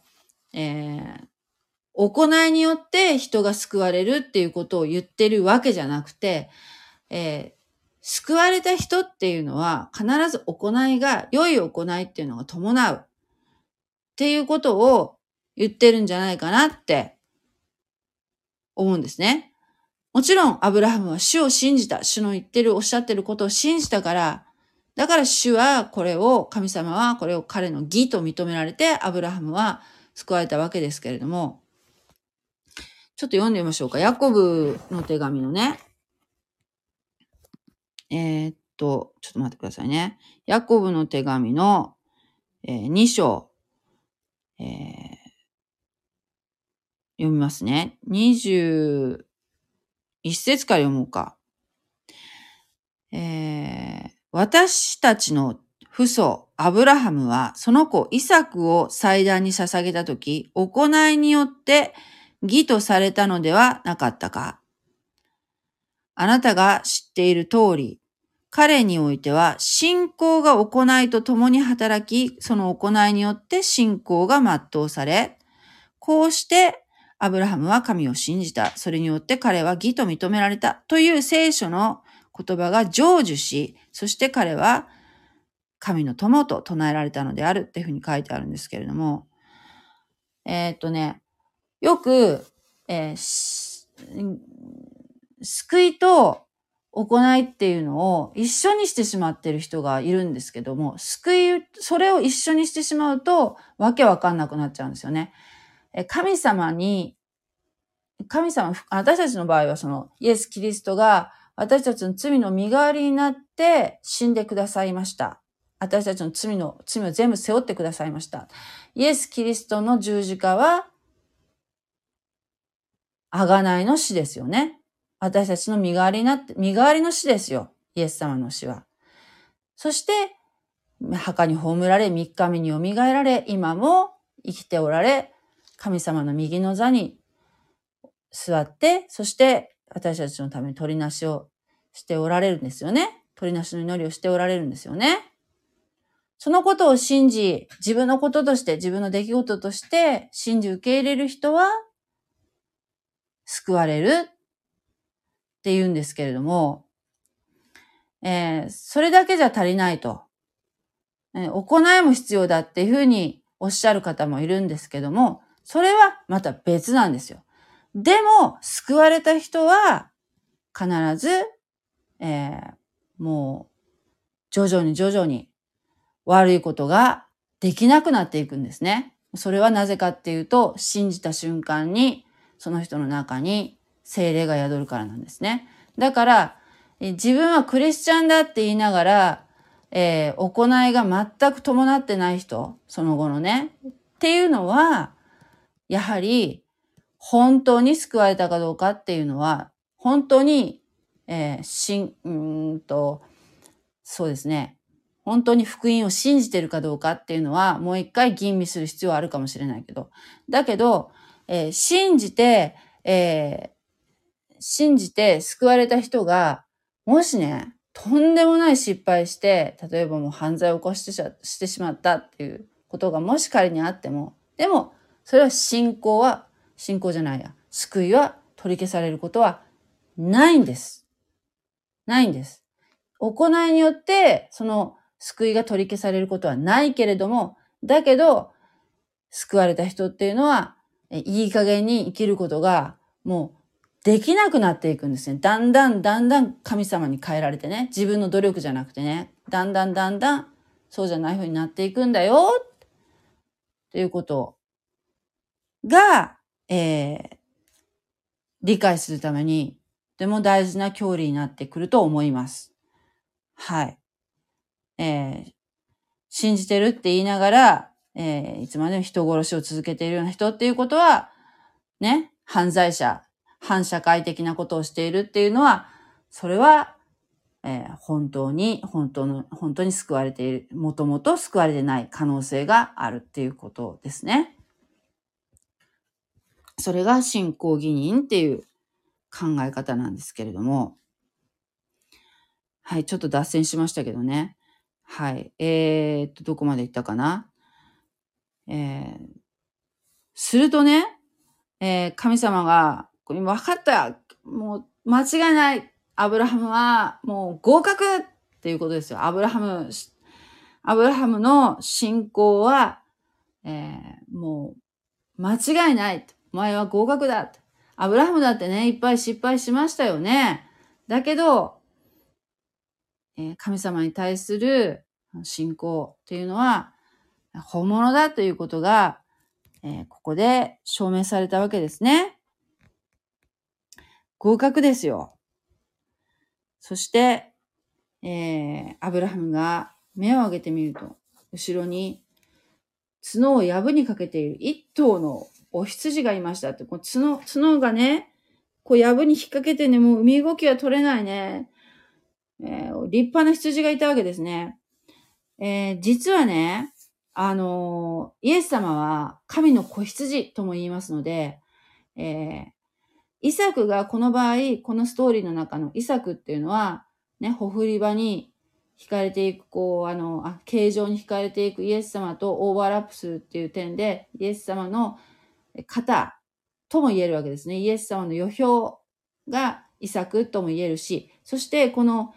行いによって人が救われるっていうことを言ってるわけじゃなくて、救われた人っていうのは必ず良い行いっていうのが伴うっていうことを言ってるんじゃないかなって思うんですね。もちろんアブラハムは主を信じた。主のおっしゃってることを信じたから、だから神様はこれを彼の義と認められて、アブラハムは救われたわけですけれども、ちょっと読んでみましょうか。ヤコブの手紙のね。ちょっと待ってくださいね。ヤコブの手紙の、2章、読みますね。21節から読もうか。私たちの父祖、アブラハムは、その子イサクを祭壇に捧げたとき、行いによって義とされたのではなかったか。あなたが知っている通り、彼においては信仰が行いと共に働き、その行いによって信仰が全うされ、こうしてアブラハムは神を信じた。それによって彼は義と認められたという聖書の言葉が成就し、そして彼は神の友と唱えられたのであるっていうふうに書いてあるんですけれども、よく、救いと行いっていうのを一緒にしてしまっている人がいるんですけども、それを一緒にしてしまうとわけわかんなくなっちゃうんですよね。私たちの場合はイエス・キリストが私たちの罪の身代わりになって死んでくださいました。私たちの罪を全部背負ってくださいました。イエス・キリストの十字架は、贖いの死ですよね。私たちの身代わりの死ですよ。イエス様の死は。そして、墓に葬られ、3日目によみがえられ、今も生きておられ、神様の右の座に座って、そして私たちのために取りなしをしておられるんですよね。取りなしの祈りをしておられるんですよね。そのことを信じ、自分のこととして、自分の出来事として信じ受け入れる人は救われるって言うんですけれども、それだけじゃ足りないと。行いも必要だっていうふうにおっしゃる方もいるんですけども、それはまた別なんですよ。でも、救われた人は必ず、もう徐々に悪いことができなくなっていくんですね。それはなぜかっていうと、信じた瞬間にその人の中に聖霊が宿るからなんですね。だから、 自分はクリスチャンだって言いながら、行いが全く伴ってない人、その後のね、っていうのは、やはり本当に救われたかどうかっていうのは、本当に、そうですね。本当に福音を信じてるかどうかっていうのは、もう一回吟味する必要はあるかもしれないけど。だけど、信じて救われた人が、もしね、とんでもない失敗して、例えばもう犯罪を起こしてしまったっていうことがもし仮にあっても、でも、それは信仰じゃないや、救いは取り消されることはないんです。ないんです。行いによって、その救いが取り消されることはないけれども、だけど、救われた人っていうのは、いい加減に生きることが、もう、できなくなっていくんですね。だんだん神様に変えられてね。自分の努力じゃなくてね。だんだん、そうじゃない風になっていくんだよ。っていうことが、理解するために、とても大事な教理になってくると思います。はい。信じてるって言いながら、いつまでも人殺しを続けているような人っていうことは、ね、犯罪者、反社会的なことをしているっていうのは、それは、本当に救われている、もともと救われてない可能性があるっていうことですね。それが信仰義人っていう考え方なんですけれども、はい、ちょっと脱線しましたけどね。はい。どこまで行ったかな。するとね、神様が、分かった、もう間違いない、アブラハムはもう合格っていうことですよ。アブラハムの信仰は、もう間違いない。お前は合格だ。アブラハムだってね、いっぱい失敗しましたよね。だけど、神様に対する信仰っていうのは本物だということが、ここで証明されたわけですね。合格ですよ。そして、アブラハムが目を上げてみると、後ろに角を藪にかけている一頭のお羊がいましたって、この角がね、こう藪に引っ掛けてね、もう身動きは取れないね、立派な羊がいたわけですね。実はね、イエス様は神の子羊とも言いますので、イサクがこの場合、このストーリーの中のイサクっていうのは、ね、ほふり場に惹かれていく、形状に惹かれていくイエス様とオーバーラップするっていう点で、イエス様の型とも言えるわけですね。イエス様の予表がイサクとも言えるし、そしてこの、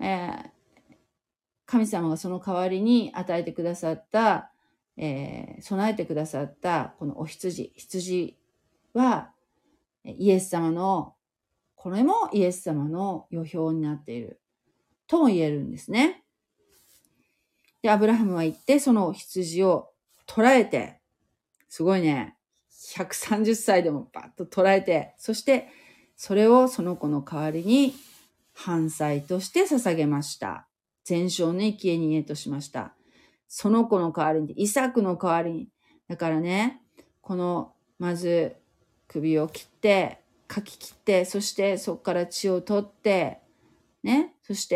神様がその代わりに与えてくださった、備えてくださったこのお羊は、イエス様の、これもイエス様の予表になっているとも言えるんですね。で、アブラハムは行って、その羊を捕らえて、すごいね、130歳でもバッと捕らえて、そして、それをその子の代わりに、燔祭として捧げました。全焼の生贄としました。その子の代わりに、イサクの代わりに。だからね、まず、首を切って、かき切って、そしてそこから血を取って、ね、そして、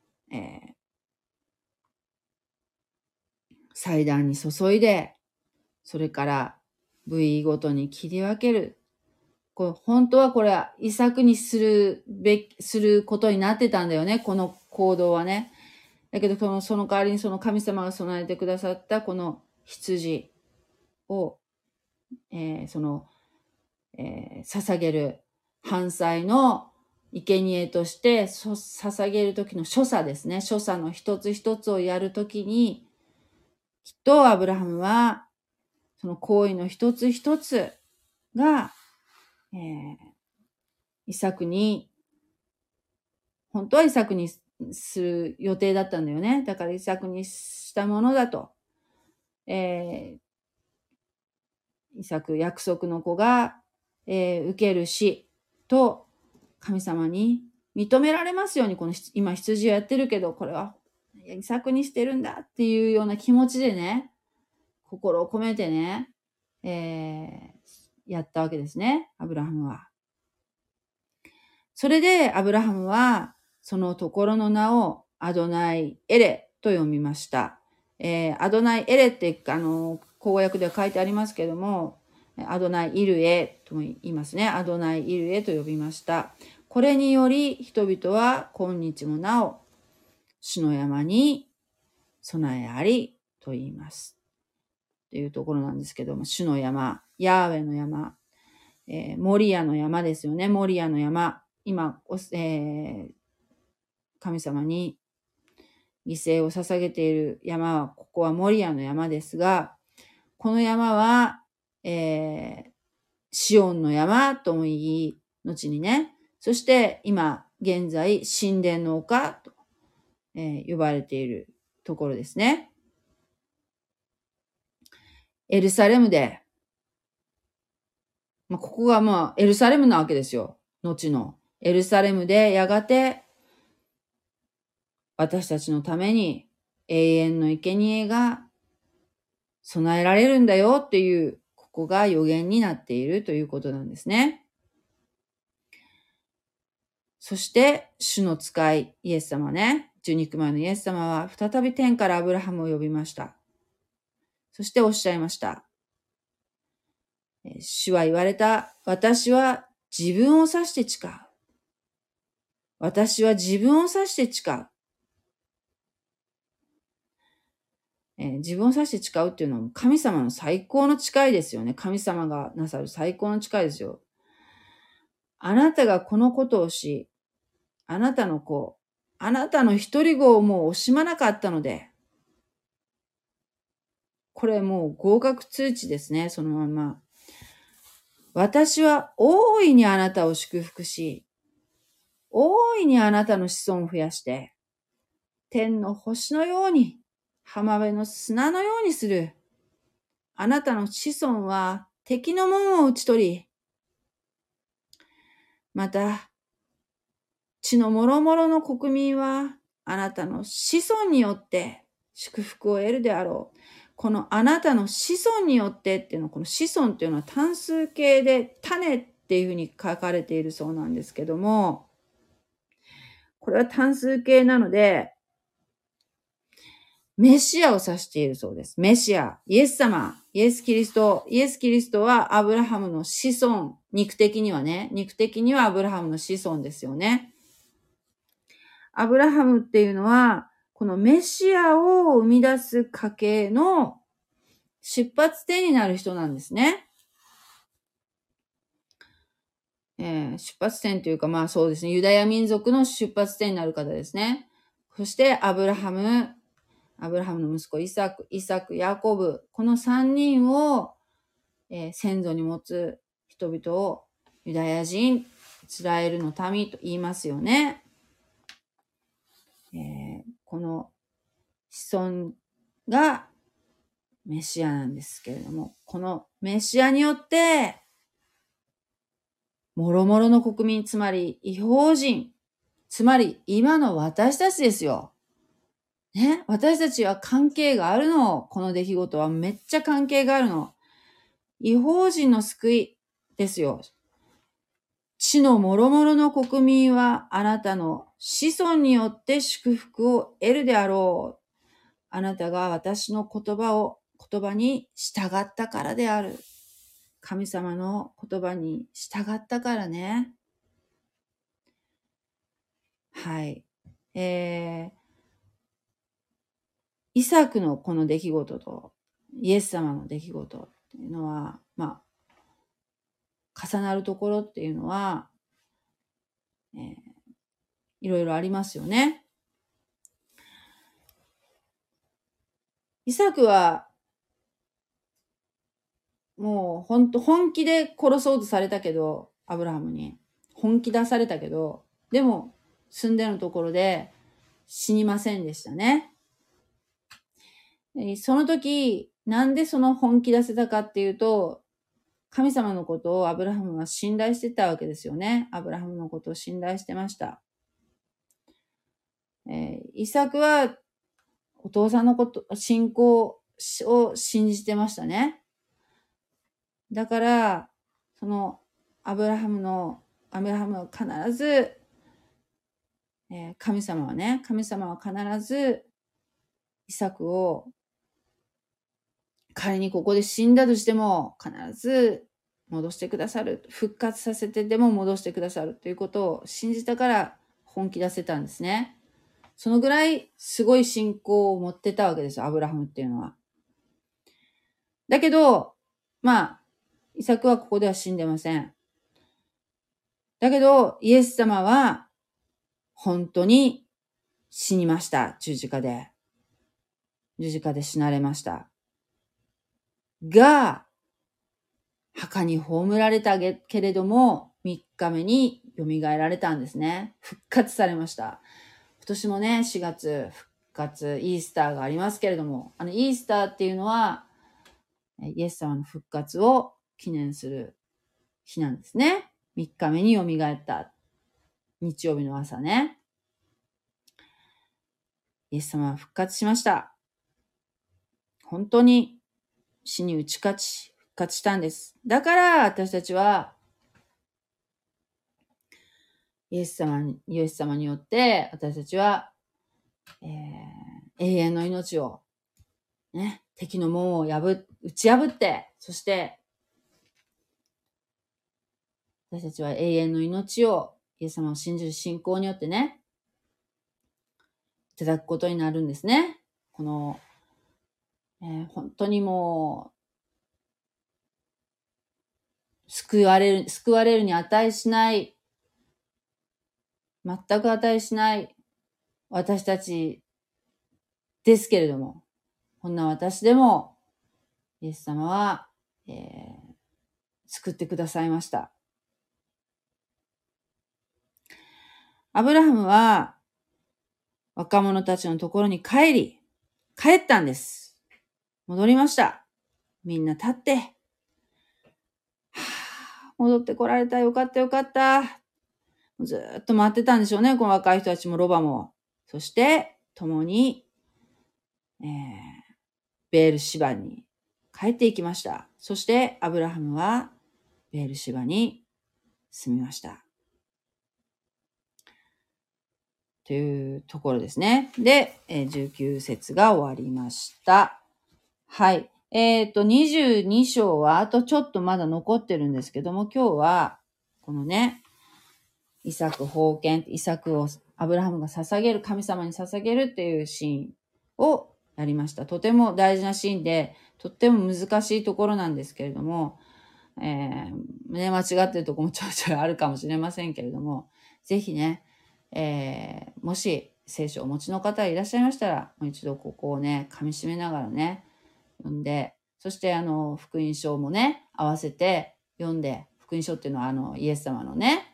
祭壇に注いで、それから部位ごとに切り分ける。本当はこれはイサクにすることになってたんだよね、この行動はね。だけど、その代わりにその神様が備えてくださったこの羊を、捧げる燔祭の生贄として捧げる時の所作ですね。所作の一つ一つをやるときに、きっとアブラハムは、その行為の一つ一つが、イサクに、本当はイサクにする予定だったんだよね。だからイサクにしたものだと。イサク、約束の子が、受ける死と神様に認められますように、この今羊をやってるけど、これはイサクにしてるんだっていうような気持ちでね、心を込めてね、やったわけですね、アブラハムは。それでアブラハムは、そのところの名をアドナイエレと読みました。アドナイエレって、口語訳では書いてありますけれども、アドナイイルエとも言いますね。アドナイイルエと呼びました。これにより人々は今日もなお、主の山に備えありと言います。というところなんですけども、主の山、ヤーウェの山、モリアの山ですよね。モリアの山。今、神様に犠牲を捧げている山は、ここはモリアの山ですが、この山は、シオンの山とも言い、後にね、そして今現在神殿の丘と、呼ばれているところですね。エルサレムで、ここがエルサレムなわけですよ。後の。エルサレムでやがて私たちのために永遠の生贄が備えられるんだよっていう、ここが予言になっているということなんですね。そして、主の使い、イエス様ね、十肉前のイエス様は再び天からアブラハムを呼びました。そしておっしゃいました。主は言われた。私は自分を指して誓う。私は自分を指して誓う。自分を指して誓うっていうのは神様の最高の誓いですよね。神様がなさる最高の誓いですよ。あなたがこのことをし、あなたの子、あなたの一人子をもう惜しまなかったので、これもう合格通知ですね、そのまま。私は大いにあなたを祝福し、大いにあなたの子孫を増やして、天の星のように、浜辺の砂のようにする。あなたの子孫は敵の門を打ち取り、また、地のもろもろの国民は、あなたの子孫によって祝福を得るであろう。このあなたの子孫によってっていうのは、この子孫っていうのは単数形で種っていうふうに書かれているそうなんですけども、これは単数形なので、メシアを指しているそうです。メシア、イエス様、イエス・キリストはアブラハムの子孫、肉的にはアブラハムの子孫ですよね。アブラハムっていうのは、このメシアを生み出す家系の出発点になる人なんですね。出発点というか、そうですね、ユダヤ民族の出発点になる方ですね。そしてアブラハムの息子イサク、ヤコブ、この3人を、先祖に持つ人々をユダヤ人、イスラエルの民と言いますよね。この子孫がメシアなんですけれども、このメシアによって、もろもろの国民、つまり異邦人、つまり今の私たちですよ。ね、私たちは関係があるの。この出来事はめっちゃ関係があるの。異邦人の救いですよ。地のもろもろの国民はあなたの子孫によって祝福を得るであろう。あなたが私の言葉に従ったからである。神様の言葉に従ったからね。はい。イサクのこの出来事とイエス様の出来事っていうのは、重なるところっていうのは、いろいろありますよね。イサクは、もう本気で殺そうとされたけど、アブラハムに。本気出されたけど、でも住んでのところで死にませんでしたね。その時、なんでその本気出せたかっていうと、神様のことをアブラハムは信頼してたわけですよね。アブラハムのことを信頼してました。 イサクはお父さんのこと、信仰を信じてましたね。だから、そのアブラハムは必ず、神様は必ずイサクを仮にここで死んだとしても必ず戻してくださる。復活させてでも戻してくださるということを信じたから本気出せたんですね。そのぐらいすごい信仰を持ってたわけですよ、アブラハムっていうのは。だけど、イサクはここでは死んでません。だけど、イエス様は本当に死にました。十字架で死なれました。が、墓に葬られたけれども、3日目に蘇られたんですね。復活されました。今年もね、4月復活、イースターがありますけれども、イースターっていうのは、イエス様の復活を記念する日なんですね。3日目に蘇った日曜日の朝ね。イエス様は復活しました。本当に死に打ち勝ち、復活したんです。だから私たちは、イエス様によって私たちは、永遠の命を、ね、敵の門を打ち破って、そして私たちは永遠の命をイエス様を信じる信仰によってね、いただくことになるんですね。この、本当にもう、救われるに値しない、全く値しない私たちですけれども、こんな私でも、イエス様は、救ってくださいました。アブラハムは、若者たちのところに帰ったんです。戻りました。みんな立って、戻ってこられた。よかったよかった。ずっと待ってたんでしょうね。この若い人たちもロバも。そして、共に、ベールシバに帰っていきました。そして、アブラハムは、ベールシバに住みました。というところですね。で、19節が終わりました。はい。22章はあとちょっとまだ残ってるんですけども、今日は、このね、イサクをアブラハムが神様に捧げるっていうシーンをやりました。とても大事なシーンで、とっても難しいところなんですけれども、間違ってるところもちょいちょいあるかもしれませんけれども、ぜひね、もし聖書をお持ちの方いらっしゃいましたら、もう一度ここをね、噛み締めながらね、読んで、そして福音書もね、合わせて読んで、福音書っていうのはイエス様のね、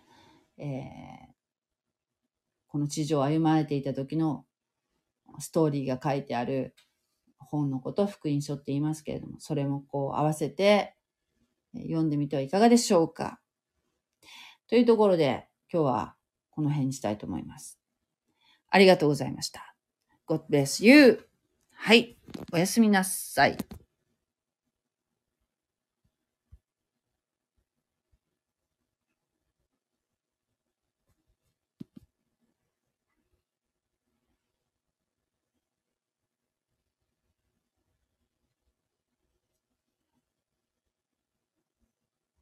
この地上を歩まれていた時のストーリーが書いてある本のことを福音書って言いますけれども、それもこう合わせて読んでみてはいかがでしょうか。というところで今日はこの辺にしたいと思います。ありがとうございました。God bless you. はい。おやすみなさい。